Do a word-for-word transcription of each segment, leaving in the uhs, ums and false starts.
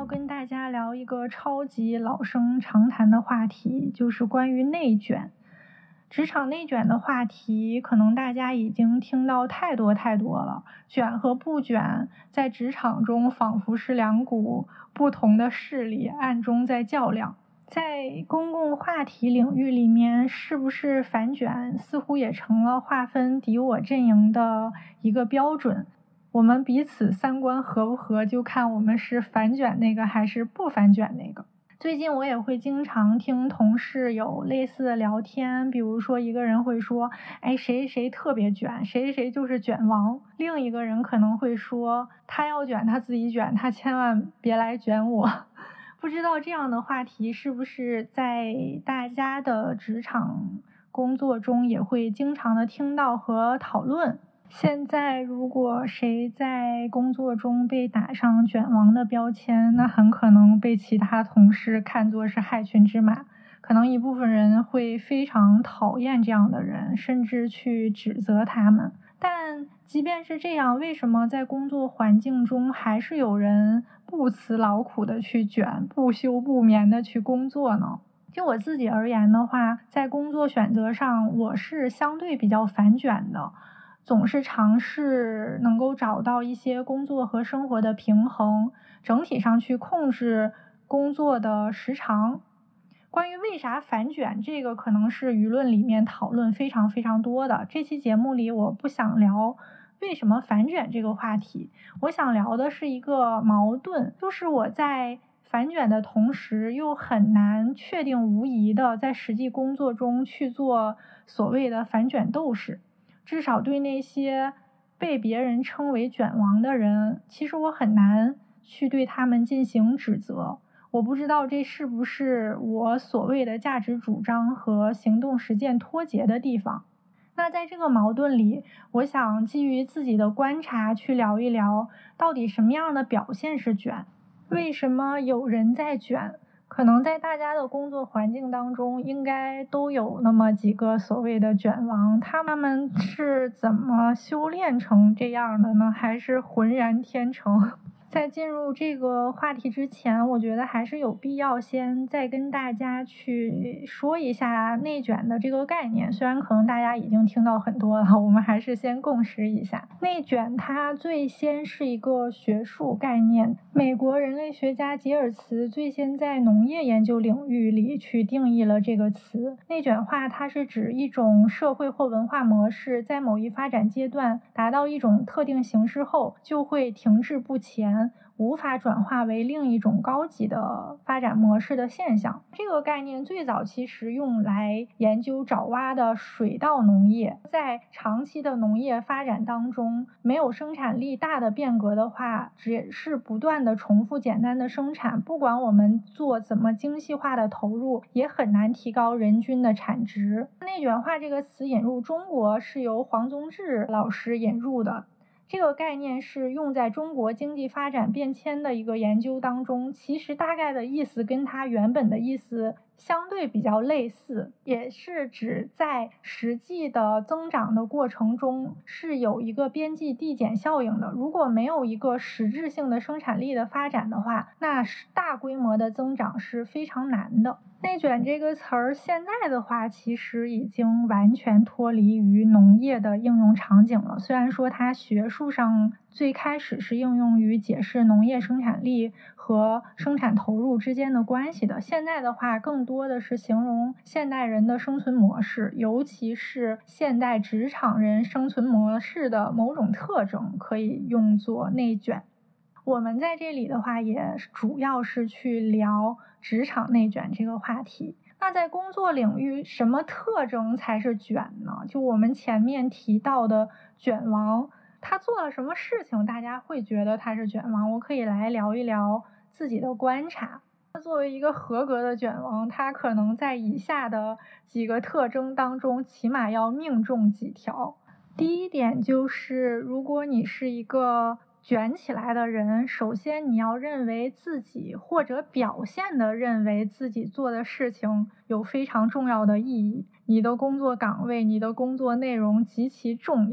跟大家聊一个超级老生常谈的话题，就是关于内卷。职场内卷的话题，可能大家已经听到太多太多了。卷和不卷，在职场中仿佛是两股不同的势力，暗中在较量。在公共话题领域里面，是不是反卷，似乎也成了划分敌我阵营的一个标准。我们彼此三观合不合，就看我们是反卷那个还是不反卷那个。最近我也会经常听同事有类似的聊天，比如说一个人会说，哎，谁谁特别卷，谁谁就是卷王。另一个人可能会说，他要卷他自己卷，他千万别来卷我。不知道这样的话题是不是在大家的职场工作中也会经常的听到和讨论。现在如果谁在工作中被打上卷王的标签，那很可能被其他同事看作是害群之马，可能一部分人会非常讨厌这样的人，甚至去指责他们。但即便是这样，为什么在工作环境中还是有人不辞劳苦的去卷，不休不眠的去工作呢？就我自己而言的话，在工作选择上，我是相对比较反卷的，总是尝试能够找到一些工作和生活的平衡，整体上去控制工作的时长。关于为啥反卷，这个可能是舆论里面讨论非常非常多的。这期节目里我不想聊为什么反卷这个话题，我想聊的是一个矛盾，就是我在反卷的同时又很难确定无疑的在实际工作中去做所谓的反卷斗士。至少对那些被别人称为卷王的人，其实我很难去对他们进行指责。我不知道这是不是我所谓的价值主张和行动实践脱节的地方。那在这个矛盾里，我想基于自己的观察去聊一聊，到底什么样的表现是卷，为什么有人在卷。可能在大家的工作环境当中，应该都有那么几个所谓的卷王，他们是怎么修炼成这样的呢？还是浑然天成？在进入这个话题之前，我觉得还是有必要先再跟大家去说一下内卷的这个概念。虽然可能大家已经听到很多了，我们还是先共识一下。内卷它最先是一个学术概念，美国人类学家吉尔茨最先在农业研究领域里去定义了这个词。内卷化它是指一种社会或文化模式在某一发展阶段达到一种特定形式后，就会停滞不前，无法转化为另一种高级的发展模式的现象。这个概念最早其实用来研究爪哇的水稻农业。在长期的农业发展当中，没有生产力大的变革的话，只是不断的重复简单的生产，不管我们做怎么精细化的投入，也很难提高人均的产值。内卷化这个词引入中国是由黄宗智老师引入的。这个概念是用在中国经济发展变迁的一个研究当中，其实大概的意思跟它原本的意思相对比较类似，也是指在实际的增长的过程中是有一个边际递减效应的。如果没有一个实质性的生产力的发展的话，那大规模的增长是非常难的。内卷这个词儿现在的话其实已经完全脱离于农业的应用场景了。虽然说它学术上最开始是应用于解释农业生产力和生产投入之间的关系的，现在的话更多的是形容现代人的生存模式，尤其是现代职场人生存模式的某种特征，可以用作内卷。我们在这里的话也主要是去聊职场内卷这个话题。那在工作领域，什么特征才是卷呢？就我们前面提到的卷王，他做了什么事情大家会觉得他是卷王？我可以来聊一聊自己的观察。作为一个合格的卷王，他可能在以下的几个特征当中起码要命中几条。第一点就是，如果你是一个卷起来的人，首先你要认为自己或者表现的认为自己做的事情有非常重要的意义，你的工作岗位，你的工作内容极其重要。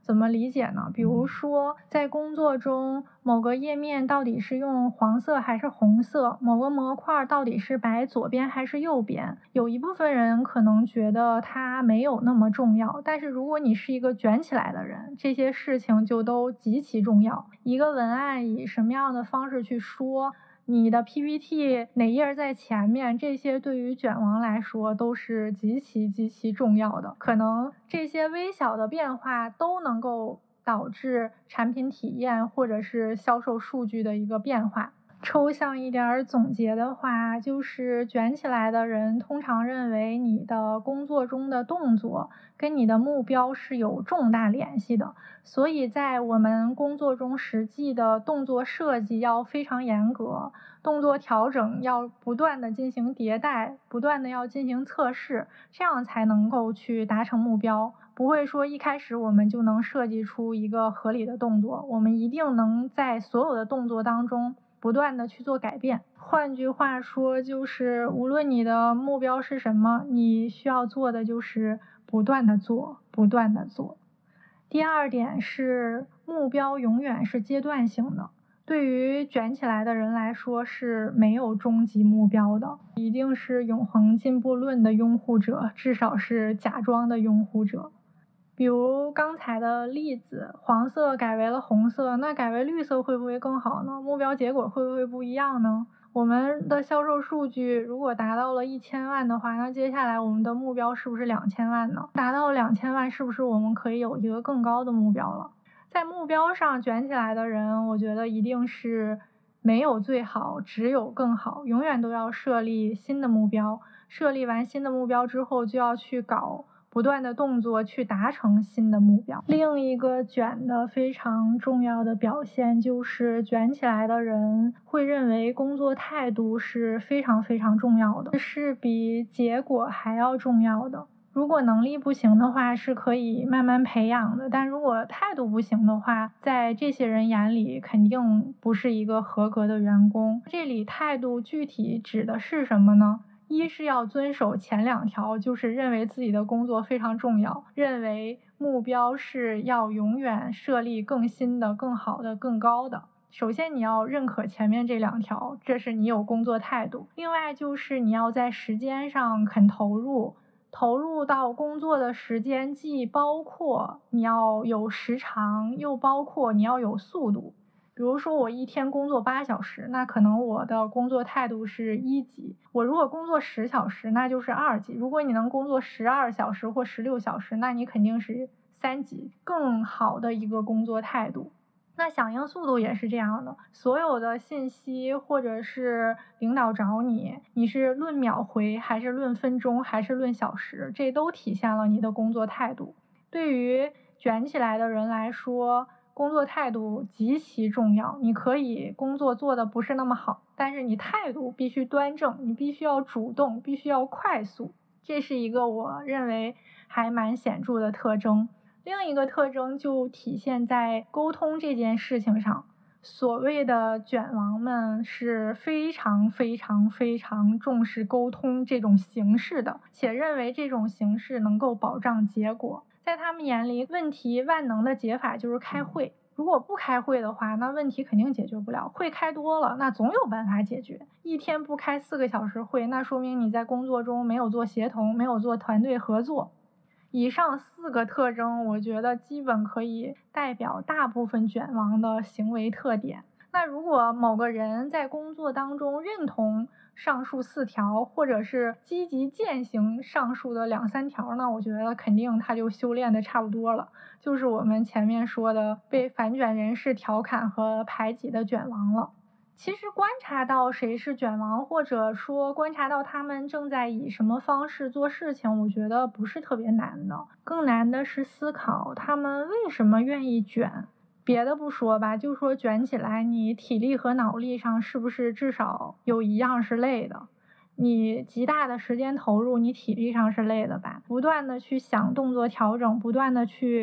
怎么理解呢？比如说在工作中，某个页面到底是用黄色还是红色，某个模块到底是摆左边还是右边，有一部分人可能觉得它没有那么重要，但是如果你是一个卷起来的人，这些事情就都极其重要。一个文案以什么样的方式去说，你的 P P T 哪页在前面，这些对于卷王来说都是极其极其重要的。可能这些微小的变化都能够导致产品体验或者是销售数据的一个变化。抽象一点总结的话，就是卷起来的人通常认为你的工作中的动作跟你的目标是有重大联系的，所以在我们工作中实际的动作设计要非常严格，动作调整要不断的进行迭代，不断的要进行测试，这样才能够去达成目标。不会说一开始我们就能设计出一个合理的动作，我们一定能在所有的动作当中不断的去做改变。换句话说，就是无论你的目标是什么，你需要做的就是不断的做，不断的做。第二点是，目标永远是阶段性的。对于卷起来的人来说是没有终极目标的，一定是永恒进步论的拥护者，至少是假装的拥护者。比如刚才的例子，黄色改为了红色，那改为绿色会不会更好呢？目标结果会不会不一样呢？我们的销售数据如果达到了一千万的话，那接下来我们的目标是不是两千万呢？达到两千万，是不是我们可以有一个更高的目标了？在目标上卷起来的人，我觉得一定是没有最好，只有更好，永远都要设立新的目标，设立完新的目标之后，就要去搞不断的动作去达成新的目标。另一个卷的非常重要的表现就是卷起来的人会认为工作态度是非常非常重要的，是比结果还要重要的。如果能力不行的话是可以慢慢培养的，但如果态度不行的话，在这些人眼里肯定不是一个合格的员工。这里态度具体指的是什么呢？一是要遵守前两条，就是认为自己的工作非常重要，认为目标是要永远设立更新的、更好的、更高的。首先你要认可前面这两条，这是你有工作态度。另外就是你要在时间上肯投入，投入到工作的时间既包括你要有时长，又包括你要有速度。比如说我一天工作八小时，那可能我的工作态度是一级。我如果工作十小时，那就是二级。如果你能工作十二小时或十六小时，那你肯定是三级，更好的一个工作态度。那响应速度也是这样的，所有的信息或者是领导找你，你是论秒回还是论分钟还是论小时，这都体现了你的工作态度。对于卷起来的人来说，工作态度极其重要。你可以工作做得不是那么好，但是你态度必须端正，你必须要主动，必须要快速，这是一个我认为还蛮显著的特征。另一个特征就体现在沟通这件事情上，所谓的卷王们是非常非常非常重视沟通这种形式的，且认为这种形式能够保障结果。在他们眼里，问题万能的解法就是开会。如果不开会的话，那问题肯定解决不了。会开多了，那总有办法解决。一天不开四个小时会，那说明你在工作中没有做协同，没有做团队合作。以上四个特征，我觉得基本可以代表大部分卷王的行为特点。那如果某个人在工作当中认同上述四条，或者是积极践行上述的两三条呢，我觉得肯定他就修炼的差不多了，就是我们前面说的被反卷人士调侃和排挤的卷王了。其实观察到谁是卷王，或者说观察到他们正在以什么方式做事情，我觉得不是特别难的，更难的是思考他们为什么愿意卷。别的不说吧，就说卷起来，你体力和脑力上是不是至少有一样是累的？你极大的时间投入，你体力上是累的吧？不断的去想动作调整，不断的去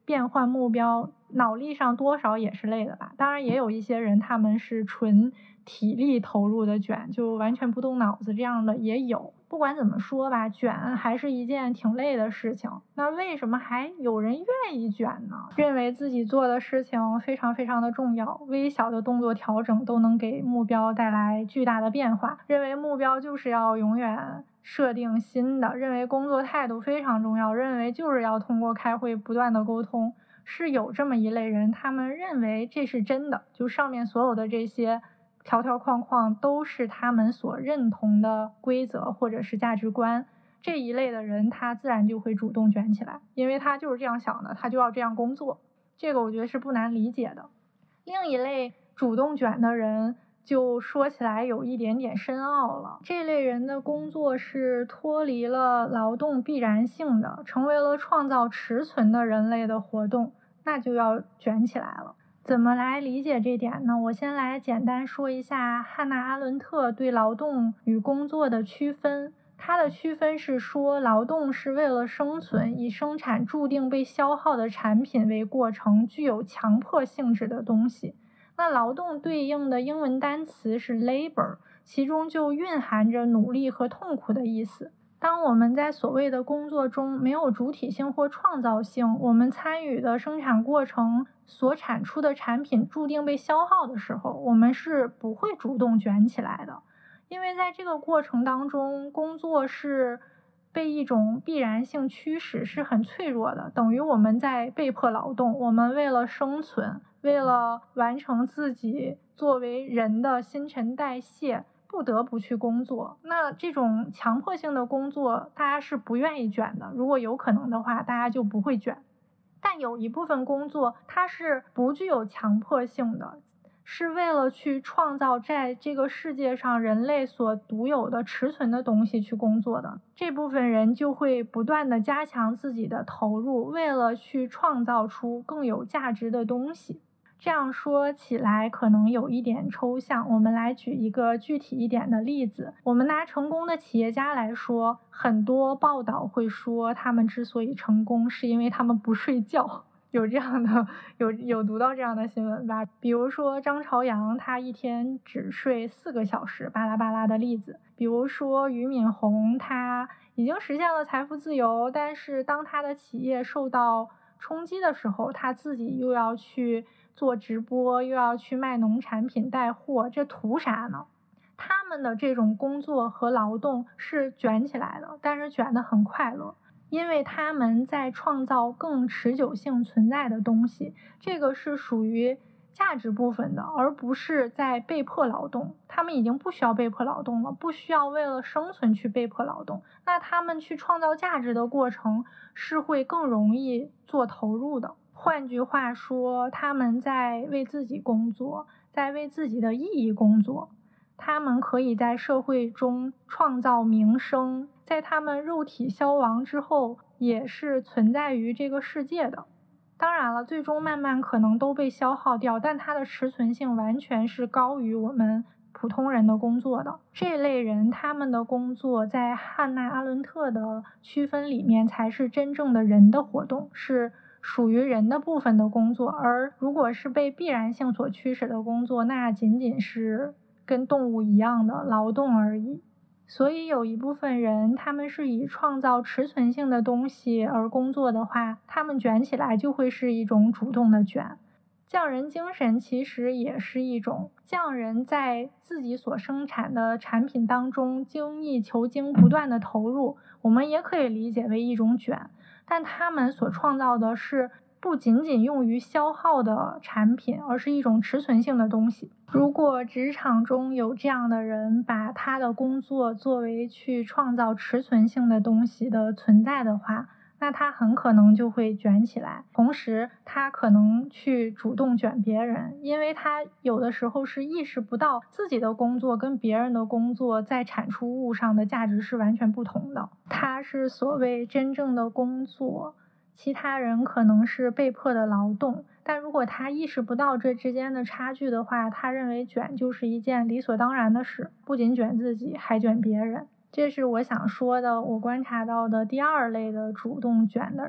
变换目标，脑力上多少也是累的吧。当然也有一些人他们是纯体力投入的卷，就完全不动脑子，这样的也有。不管怎么说吧，卷还是一件挺累的事情。那为什么还有人愿意卷呢？认为自己做的事情非常非常的重要，微小的动作调整都能给目标带来巨大的变化，认为目标就是要永远设定新的，认为工作态度非常重要，认为就是要通过开会不断的沟通。是有这么一类人，他们认为这是真的，就上面所有的这些条条框框都是他们所认同的规则或者是价值观。这一类的人他自然就会主动卷起来，因为他就是这样想的，他就要这样工作。这个我觉得是不难理解的。另一类主动卷的人就说起来有一点点深奥了，这类人的工作是脱离了劳动必然性的，成为了创造持存的人类的活动，那就要卷起来了。怎么来理解这点呢？我先来简单说一下汉娜·阿伦特对劳动与工作的区分。他的区分是说，劳动是为了生存，以生产注定被消耗的产品为过程，具有强迫性质的东西。那劳动对应的英文单词是 labor， 其中就蕴含着努力和痛苦的意思。当我们在所谓的工作中没有主体性或创造性，我们参与的生产过程所产出的产品注定被消耗的时候，我们是不会主动卷起来的。因为在这个过程当中，工作是被一种必然性驱使，是很脆弱的，等于我们在被迫劳动，我们为了生存，为了完成自己作为人的新陈代谢，不得不去工作。那这种强迫性的工作大家是不愿意卷的，如果有可能的话大家就不会卷。但有一部分工作它是不具有强迫性的，是为了去创造在这个世界上人类所独有的持存的东西去工作的。这部分人就会不断的加强自己的投入，为了去创造出更有价值的东西。这样说起来可能有一点抽象，我们来举一个具体一点的例子。我们拿成功的企业家来说，很多报道会说他们之所以成功是因为他们不睡觉。有这样的有有读到这样的新闻吧？比如说张朝阳，他一天只睡四个小时，巴拉巴拉的例子。比如说俞敏洪，他已经实现了财富自由，但是当他的企业受到冲击的时候，他自己又要去做直播，又要去卖农产品带货，这图啥呢？他们的这种工作和劳动是卷起来的，但是卷得很快乐。因为他们在创造更持久性存在的东西，这个是属于价值部分的，而不是在被迫劳动。他们已经不需要被迫劳动了，不需要为了生存去被迫劳动，那他们去创造价值的过程是会更容易做投入的。换句话说，他们在为自己工作，在为自己的意义工作，他们可以在社会中创造名声，在他们肉体消亡之后也是存在于这个世界的。当然了，最终慢慢可能都被消耗掉，但它的持存性完全是高于我们普通人的工作的。这类人他们的工作在汉娜·阿伦特的区分里面才是真正的人的活动，是属于人的部分的工作。而如果是被必然性所驱使的工作，那仅仅是跟动物一样的劳动而已。所以有一部分人他们是以创造持存性的东西而工作的话，他们卷起来就会是一种主动的卷。匠人精神其实也是一种，匠人在自己所生产的产品当中精益求精，不断的投入，我们也可以理解为一种卷。但他们所创造的是不仅仅用于消耗的产品，而是一种持存性的东西。如果职场中有这样的人，把他的工作作为去创造持存性的东西的存在的话，那他很可能就会卷起来，同时他可能去主动卷别人，因为他有的时候是意识不到自己的工作跟别人的工作在产出物上的价值是完全不同的。他是所谓真正的工作，其他人可能是被迫的劳动，但如果他意识不到这之间的差距的话，他认为卷就是一件理所当然的事，不仅卷自己还卷别人。这是我想说的，我观察到的第二类的主动卷的人。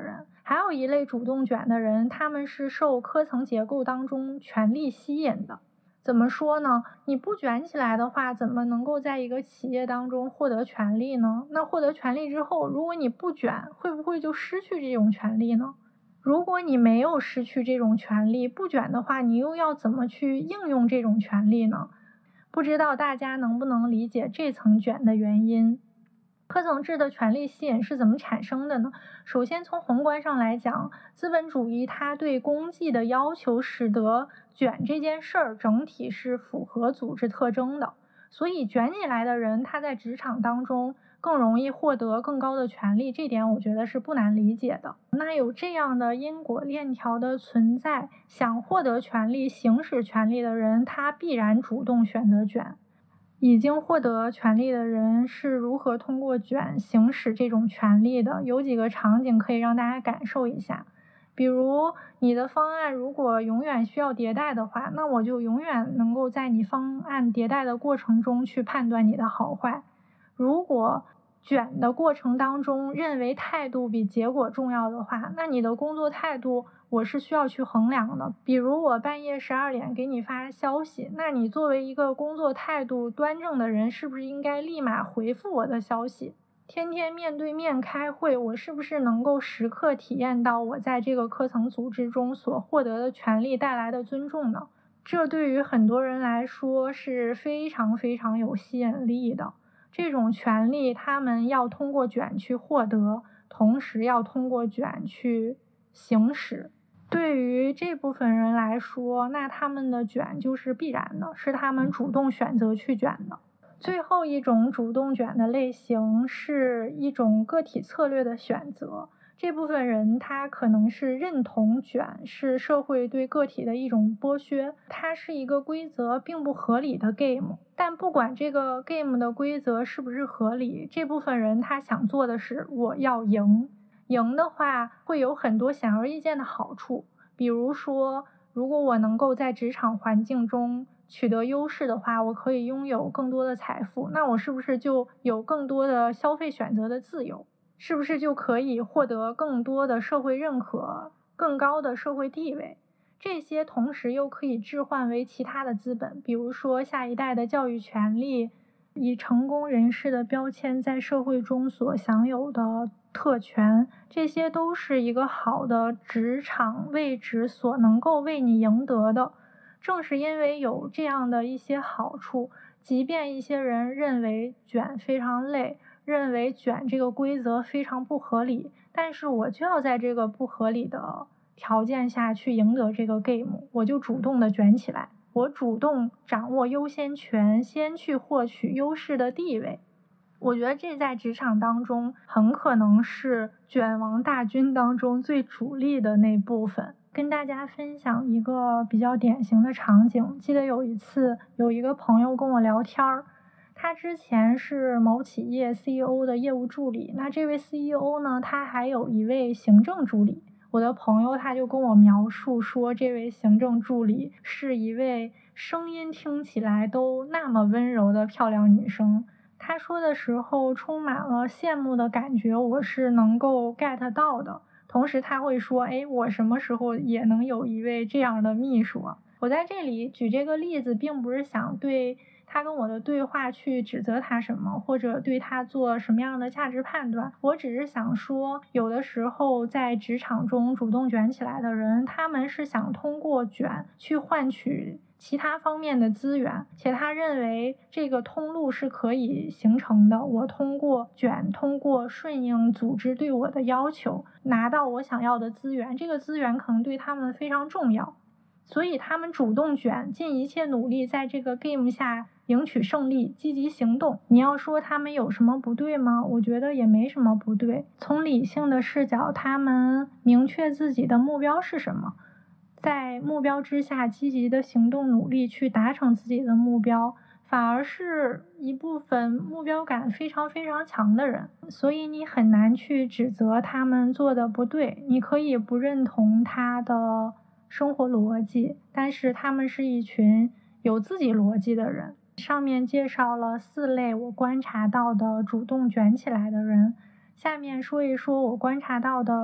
还有一类主动卷的人，他们是受科层结构当中权力吸引的。怎么说呢？你不卷起来的话，怎么能够在一个企业当中获得权利呢？那获得权利之后，如果你不卷，会不会就失去这种权利呢？如果你没有失去这种权利，不卷的话，你又要怎么去应用这种权利呢？不知道大家能不能理解这层卷的原因？科层制的权力吸引是怎么产生的呢？首先从宏观上来讲，资本主义它对功绩的要求使得卷这件事儿整体是符合组织特征的，所以卷起来的人他在职场当中更容易获得更高的权利，这点我觉得是不难理解的。那有这样的因果链条的存在，想获得权利、行使权利的人，他必然主动选择卷。已经获得权利的人是如何通过卷行使这种权利的？有几个场景可以让大家感受一下。比如你的方案如果永远需要迭代的话，那我就永远能够在你方案迭代的过程中去判断你的好坏。如果卷的过程当中认为态度比结果重要的话，那你的工作态度我是需要去衡量的。比如我半夜十二点给你发消息，那你作为一个工作态度端正的人，是不是应该立马回复我的消息？天天面对面开会，我是不是能够时刻体验到我在这个科层组织中所获得的权利带来的尊重呢？这对于很多人来说是非常非常有吸引力的。这种权利他们要通过卷去获得，同时要通过卷去行使。对于这部分人来说，那他们的卷就是必然的，是他们主动选择去卷的。最后一种主动卷的类型是一种个体策略的选择。这部分人他可能是认同卷是社会对个体的一种剥削，它是一个规则并不合理的 game， 但不管这个 game 的规则是不是合理，这部分人他想做的是我要赢。赢的话会有很多显而易见的好处，比如说如果我能够在职场环境中取得优势的话，我可以拥有更多的财富，那我是不是就有更多的消费选择的自由？是不是就可以获得更多的社会认可、更高的社会地位？这些同时又可以置换为其他的资本，比如说下一代的教育权利，以成功人士的标签在社会中所享有的特权，这些都是一个好的职场位置所能够为你赢得的。正是因为有这样的一些好处，即便一些人认为卷非常累，认为卷这个规则非常不合理，但是我就要在这个不合理的条件下去赢得这个 game， 我就主动的卷起来，我主动掌握优先权，先去获取优势的地位。我觉得这在职场当中很可能是卷王大军当中最主力的那部分。跟大家分享一个比较典型的场景，记得有一次有一个朋友跟我聊天儿，他之前是某企业 C E O 的业务助理，那这位 C E O 呢，他还有一位行政助理。我的朋友他就跟我描述说，这位行政助理是一位声音听起来都那么温柔的漂亮女生。他说的时候充满了羡慕的感觉，我是能够 get 到的。同时他会说，哎，我什么时候也能有一位这样的秘书啊？我在这里举这个例子，并不是想对他跟我的对话去指责他什么，或者对他做什么样的价值判断。我只是想说，有的时候在职场中主动卷起来的人，他们是想通过卷去换取其他方面的资源，且他认为这个通路是可以形成的。我通过卷，通过顺应组织对我的要求，拿到我想要的资源，这个资源可能对他们非常重要。所以他们主动卷，尽一切努力在这个 game 下赢取胜利，积极行动。你要说他们有什么不对吗？我觉得也没什么不对。从理性的视角，他们明确自己的目标是什么，在目标之下积极的行动努力去达成自己的目标，反而是一部分目标感非常非常强的人。所以你很难去指责他们做的不对，你可以不认同他的生活逻辑，但是他们是一群有自己逻辑的人。上面介绍了四类我观察到的主动卷起来的人，下面说一说我观察到的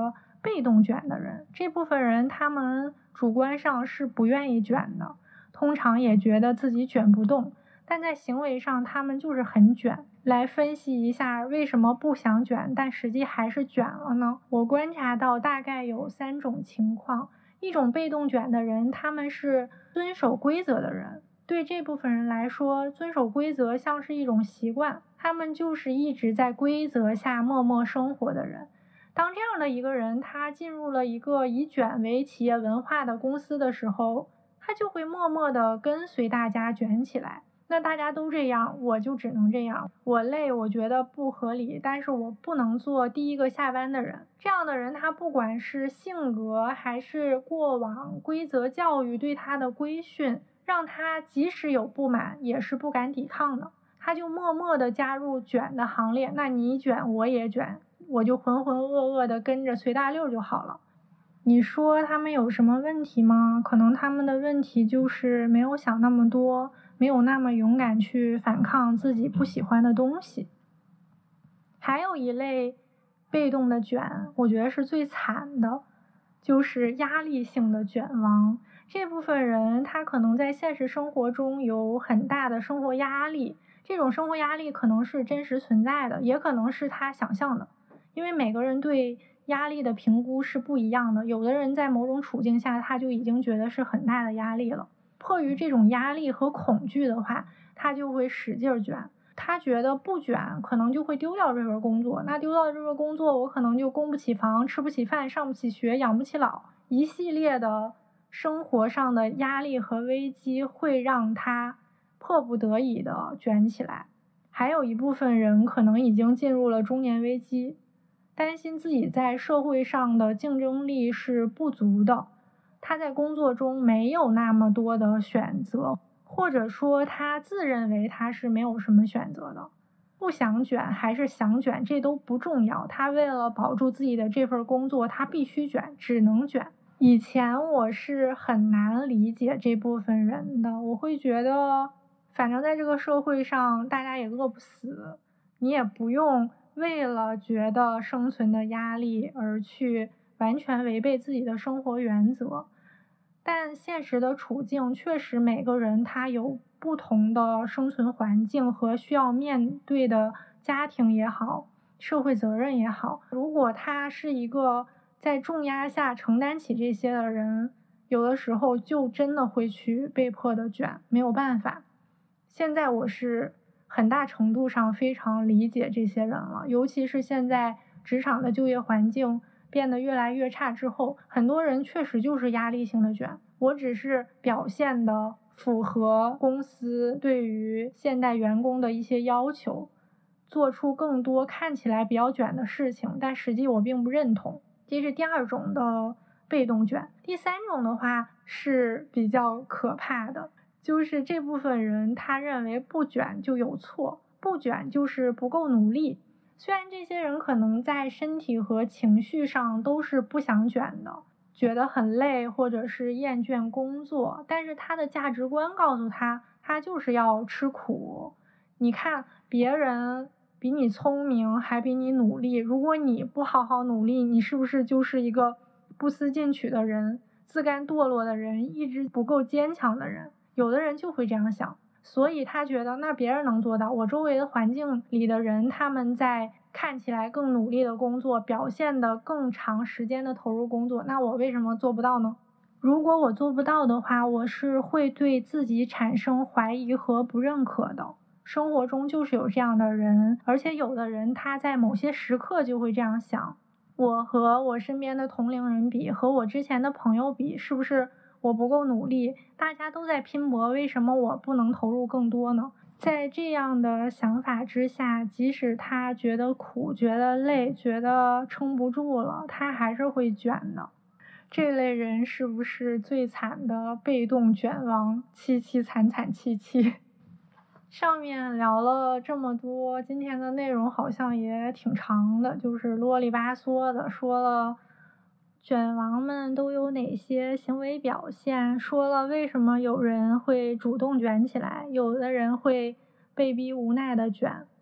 被动卷的人。这部分人他们主观上是不愿意卷的，通常也觉得自己卷不动，但在行为上他们就是很卷。来分析一下为什么不想卷，但实际还是卷了呢？我观察到大概有三种情况。一种被动卷的人，他们是遵守规则的人。对这部分人来说，遵守规则像是一种习惯，他们就是一直在规则下默默生活的人。当这样的一个人，他进入了一个以卷为企业文化的公司的时候，他就会默默地跟随大家卷起来。那大家都这样，我就只能这样。我累，我觉得不合理，但是我不能做第一个下班的人。这样的人，他不管是性格还是过往规则教育对他的规训，让他即使有不满也是不敢抵抗的，他就默默地加入卷的行列。那你一卷我也卷，我就浑浑噩噩地跟着随大溜就好了。你说他们有什么问题吗？可能他们的问题就是没有想那么多，没有那么勇敢去反抗自己不喜欢的东西。还有一类被动的卷，我觉得是最惨的，就是压力性的卷王。这部分人他可能在现实生活中有很大的生活压力，这种生活压力可能是真实存在的，也可能是他想象的，因为每个人对压力的评估是不一样的。有的人在某种处境下他就已经觉得是很大的压力了，迫于这种压力和恐惧的话，他就会使劲卷。他觉得不卷可能就会丢掉这份工作，那丢掉这份工作，我可能就供不起房，吃不起饭，上不起学，养不起老，一系列的生活上的压力和危机会让他迫不得已的卷起来。还有一部分人可能已经进入了中年危机，担心自己在社会上的竞争力是不足的，他在工作中没有那么多的选择，或者说他自认为他是没有什么选择的。不想卷还是想卷，这都不重要，他为了保住自己的这份工作，他必须卷，只能卷。以前我是很难理解这部分人的，我会觉得反正在这个社会上大家也饿不死，你也不用为了觉得生存的压力而去完全违背自己的生活原则。但现实的处境确实每个人他有不同的生存环境和需要面对的家庭也好，社会责任也好。如果他是一个在重压下承担起这些的人，有的时候就真的会去被迫的卷，没有办法。现在我是很大程度上非常理解这些人了，尤其是现在职场的就业环境变得越来越差之后，很多人确实就是压力性的卷。我只是表现的符合公司对于现代员工的一些要求，做出更多看起来比较卷的事情，但实际我并不认同。这是第二种的被动卷。第三种的话是比较可怕的，就是这部分人他认为不卷就有错，不卷就是不够努力。虽然这些人可能在身体和情绪上都是不想卷的，觉得很累或者是厌倦工作，但是他的价值观告诉他，他就是要吃苦。你看别人比你聪明还比你努力，如果你不好好努力，你是不是就是一个不思进取的人，自甘堕落的人，意志不够坚强的人？有的人就会这样想，所以他觉得那别人能做到，我周围的环境里的人他们在看起来更努力的工作，表现的更长时间的投入工作，那我为什么做不到呢？如果我做不到的话，我是会对自己产生怀疑和不认可的。生活中就是有这样的人，而且有的人他在某些时刻就会这样想，我和我身边的同龄人比，和我之前的朋友比，是不是我不够努力？大家都在拼搏，为什么我不能投入更多呢？在这样的想法之下，即使他觉得苦，觉得累，觉得撑不住了，他还是会卷的。这类人是不是最惨的被动卷王？凄凄惨惨戚戚。上面聊了这么多，今天的内容好像也挺长的，就是啰里吧嗦的说了卷王们都有哪些行为表现，说了为什么有人会主动卷起来，有的人会被逼无奈的卷。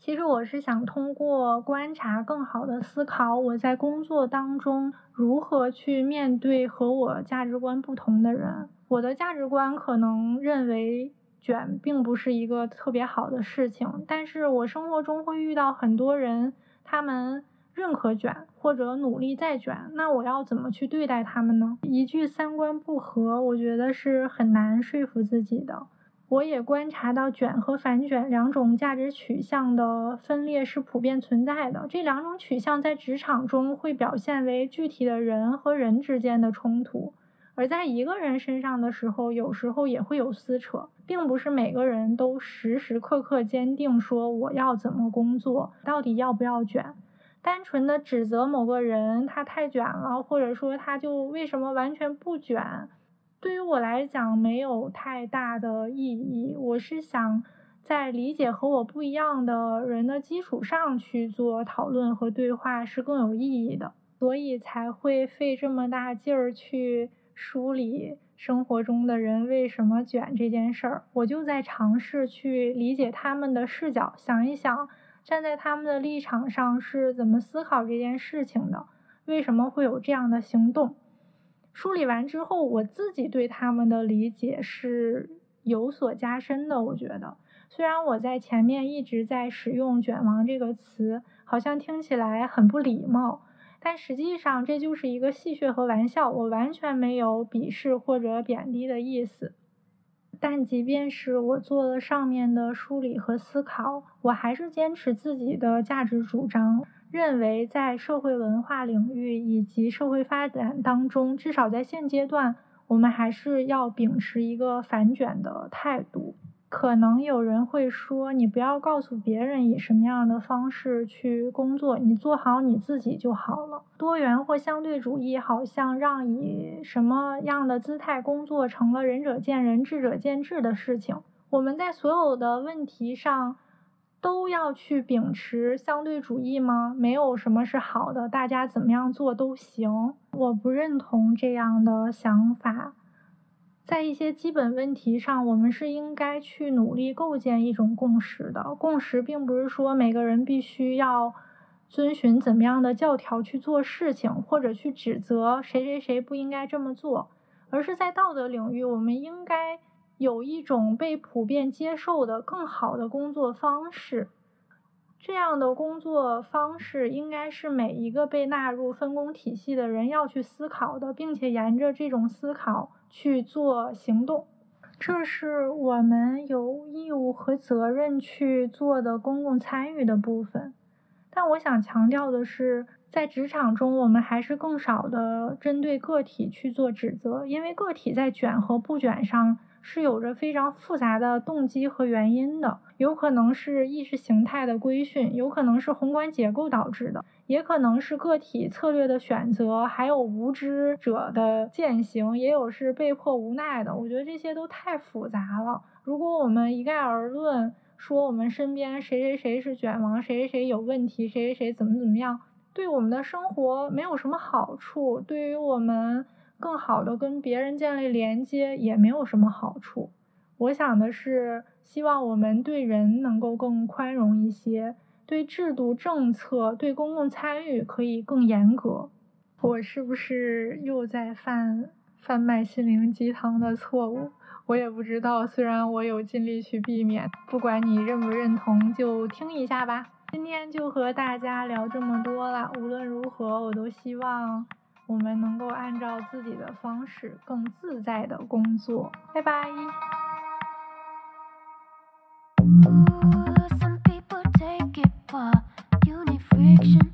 其实我是想通过观察更好的思考我在工作当中如何去面对和我价值观不同的人。我的价值观可能认为卷并不是一个特别好的事情，但是我生活中会遇到很多人，他们认可卷或者努力在卷，那我要怎么去对待他们呢？一句三观不合，我觉得是很难说服自己的。我也观察到卷和反卷两种价值取向的分裂是普遍存在的，这两种取向在职场中会表现为具体的人和人之间的冲突，而在一个人身上的时候，有时候也会有撕扯，并不是每个人都时时刻刻坚定说我要怎么工作，到底要不要卷。单纯的指责某个人他太卷了，或者说他就为什么完全不卷，对于我来讲没有太大的意义。我是想在理解和我不一样的人的基础上去做讨论和对话是更有意义的，所以才会费这么大劲儿去梳理生活中的人为什么卷这件事儿。我就在尝试去理解他们的视角，想一想站在他们的立场上是怎么思考这件事情的，为什么会有这样的行动。梳理完之后，我自己对他们的理解是有所加深的。我觉得虽然我在前面一直在使用卷王这个词，好像听起来很不礼貌，但实际上这就是一个戏谑和玩笑，我完全没有鄙视或者贬低的意思。但即便是我做了上面的梳理和思考，我还是坚持自己的价值主张，认为在社会文化领域以及社会发展当中，至少在现阶段，我们还是要秉持一个反卷的态度。可能有人会说，你不要告诉别人以什么样的方式去工作，你做好你自己就好了。多元或相对主义好像让以什么样的姿态工作成了仁者见仁，智者见智的事情。我们在所有的问题上都要去秉持相对主义吗？没有什么是好的，大家怎么样做都行。我不认同这样的想法。在一些基本问题上，我们是应该去努力构建一种共识的。共识并不是说每个人必须要遵循怎么样的教条去做事情，或者去指责谁谁谁不应该这么做，而是在道德领域，我们应该有一种被普遍接受的更好的工作方式。这样的工作方式应该是每一个被纳入分工体系的人要去思考的，并且沿着这种思考去做行动。这是我们有义务和责任去做的公共参与的部分。但我想强调的是，在职场中我们还是更少的针对个体去做指责，因为个体在卷和不卷上是有着非常复杂的动机和原因的，有可能是意识形态的规训，有可能是宏观结构导致的，也可能是个体策略的选择，还有无知者的践行，也有是被迫无奈的。我觉得这些都太复杂了，如果我们一概而论说我们身边谁谁谁是卷王，谁谁谁有问题，谁谁谁怎么怎么样，对我们的生活没有什么好处，对于我们更好的跟别人建立连接也没有什么好处。我想的是，希望我们对人能够更宽容一些，对制度政策对公共参与可以更严格。我是不是又在犯贩卖心灵鸡汤的错误？我也不知道，虽然我有尽力去避免。不管你认不认同，就听一下吧。今天就和大家聊这么多了，无论如何我都希望我们能够按照自己的方式更自在的工作。拜拜。Some people take it far. You need friction,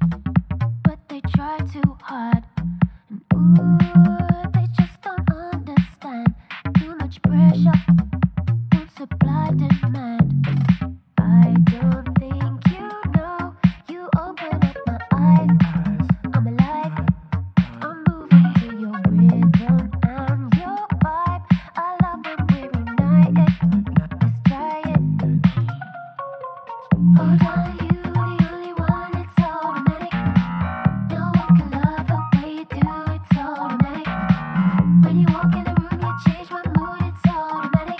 but they try too hard. And ooh, they just don't understand. Too much pressure, won't supply demand. I don't think you know. You open up my eyes. I'm alive. I'm moving to your rhythm and your vibe. I love when we reunite it. Let's try it. Hold on, you the only one. It's automatic. No one can love the way you do. It's automatic. When you walk in the room, you change my mood. It's automatic.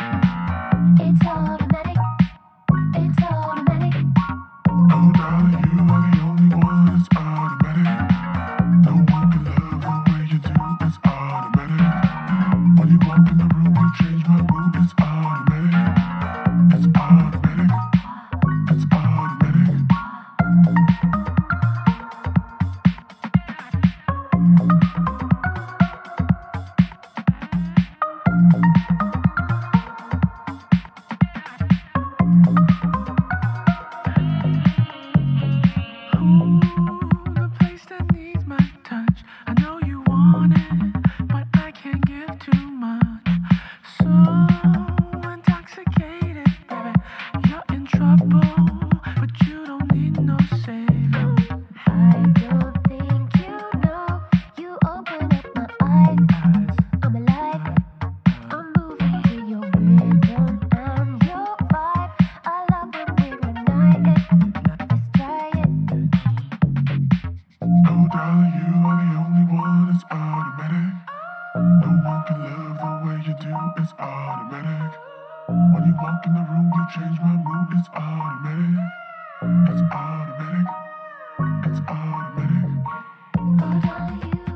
automatic. When you walk in the room, you change my mood. It's automatic. It's automatic. It's automatic.